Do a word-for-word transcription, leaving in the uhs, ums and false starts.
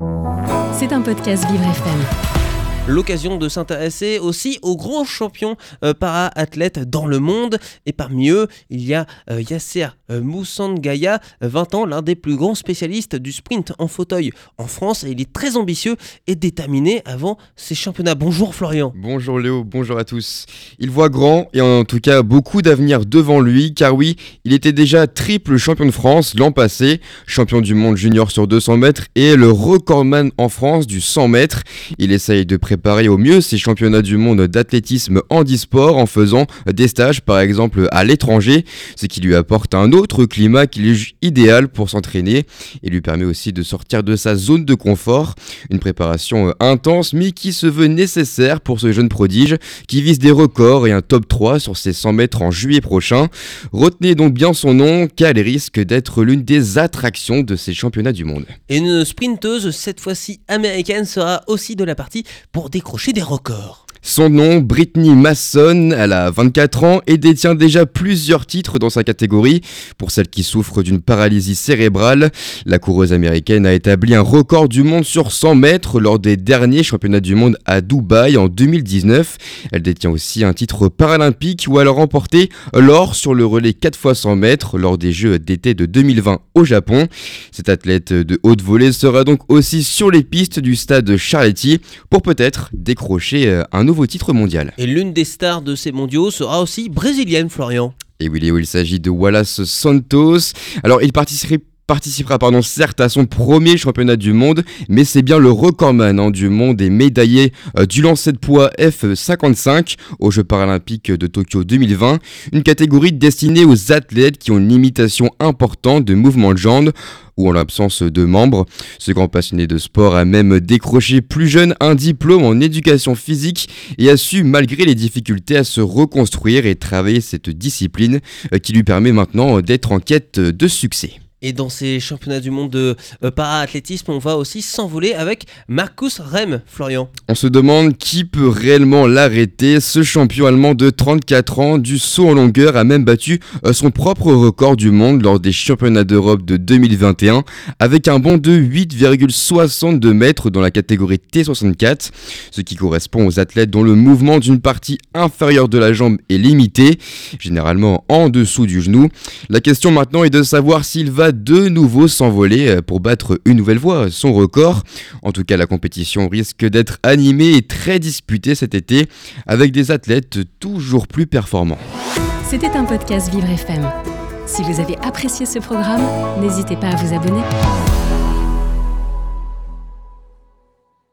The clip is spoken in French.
C'est un podcast Vivre F M. L'occasion de s'intéresser aussi aux grands champions euh, para-athlètes dans le monde. Et parmi eux, il y a euh, Yasser euh, Moussangaya, vingt ans, l'un des plus grands spécialistes du sprint en fauteuil en France. Et il est très ambitieux et déterminé avant ces championnats. Bonjour Florian. Bonjour Léo, bonjour à tous. Il voit grand et en tout cas beaucoup d'avenir devant lui, car oui, il était déjà triple champion de France l'an passé, champion du monde junior sur deux cents mètres et le recordman en France du cent mètres. Il essaye de préparer au mieux ses championnats du monde d'athlétisme handisport en faisant des stages par exemple à l'étranger, ce qui lui apporte un autre climat qu'il juge idéal pour s'entraîner et lui permet aussi de sortir de sa zone de confort. Une préparation intense mais qui se veut nécessaire pour ce jeune prodige qui vise des records et un top trois sur ses cent mètres en juillet prochain. Retenez donc bien son nom car elle risque d'être l'une des attractions de ces championnats du monde. Et une sprinteuse, cette fois-ci américaine, sera aussi de la partie pour décrocher des records. Son nom, Brittany Mason, elle a vingt-quatre ans et détient déjà plusieurs titres dans sa catégorie. Pour celle qui souffre d'une paralysie cérébrale, la coureuse américaine a établi un record du monde sur cent mètres lors des derniers championnats du monde à Dubaï en deux mille dix-neuf. Elle détient aussi un titre paralympique où elle a remporté l'or sur le relais quatre fois cent mètres lors des Jeux d'été de deux mille vingt au Japon. Cette athlète de haute volée sera donc aussi sur les pistes du stade Charletti pour peut-être décrocher un nouveau titre mondial. Et l'une des stars de ces mondiaux sera aussi brésilienne, Florian. Et oui Léo, il s'agit de Wallace Santos. Alors il participerait participera pardon, certes à son premier championnat du monde, mais c'est bien le recordman hein, du monde et médaillé euh, du lancer de poids F cinquante-cinq aux Jeux paralympiques de Tokyo deux mille vingt, une catégorie destinée aux athlètes qui ont une limitation importante de mouvements de jambes ou en l'absence de membres. Ce grand passionné de sport a même décroché plus jeune un diplôme en éducation physique et a su, malgré les difficultés, à se reconstruire et travailler cette discipline euh, qui lui permet maintenant d'être en quête de succès. Et dans ces championnats du monde de euh, para-athlétisme, on va aussi s'envoler avec Markus Rem, Florian. On se demande qui peut réellement l'arrêter. Ce champion allemand de trente-quatre ans du saut en longueur a même battu euh, son propre record du monde lors des championnats d'Europe de deux mille vingt et un avec un bond de huit virgule soixante-deux mètres dans la catégorie T soixante-quatre, ce qui correspond aux athlètes dont le mouvement d'une partie inférieure de la jambe est limité, généralement en dessous du genou. La question maintenant est de savoir s'il va de nouveau s'envoler pour battre une nouvelle fois son record. En tout cas, la compétition risque d'être animée et très disputée cet été avec des athlètes toujours plus performants. C'était un podcast Vivre F M. Si vous avez apprécié ce programme, n'hésitez pas à vous abonner.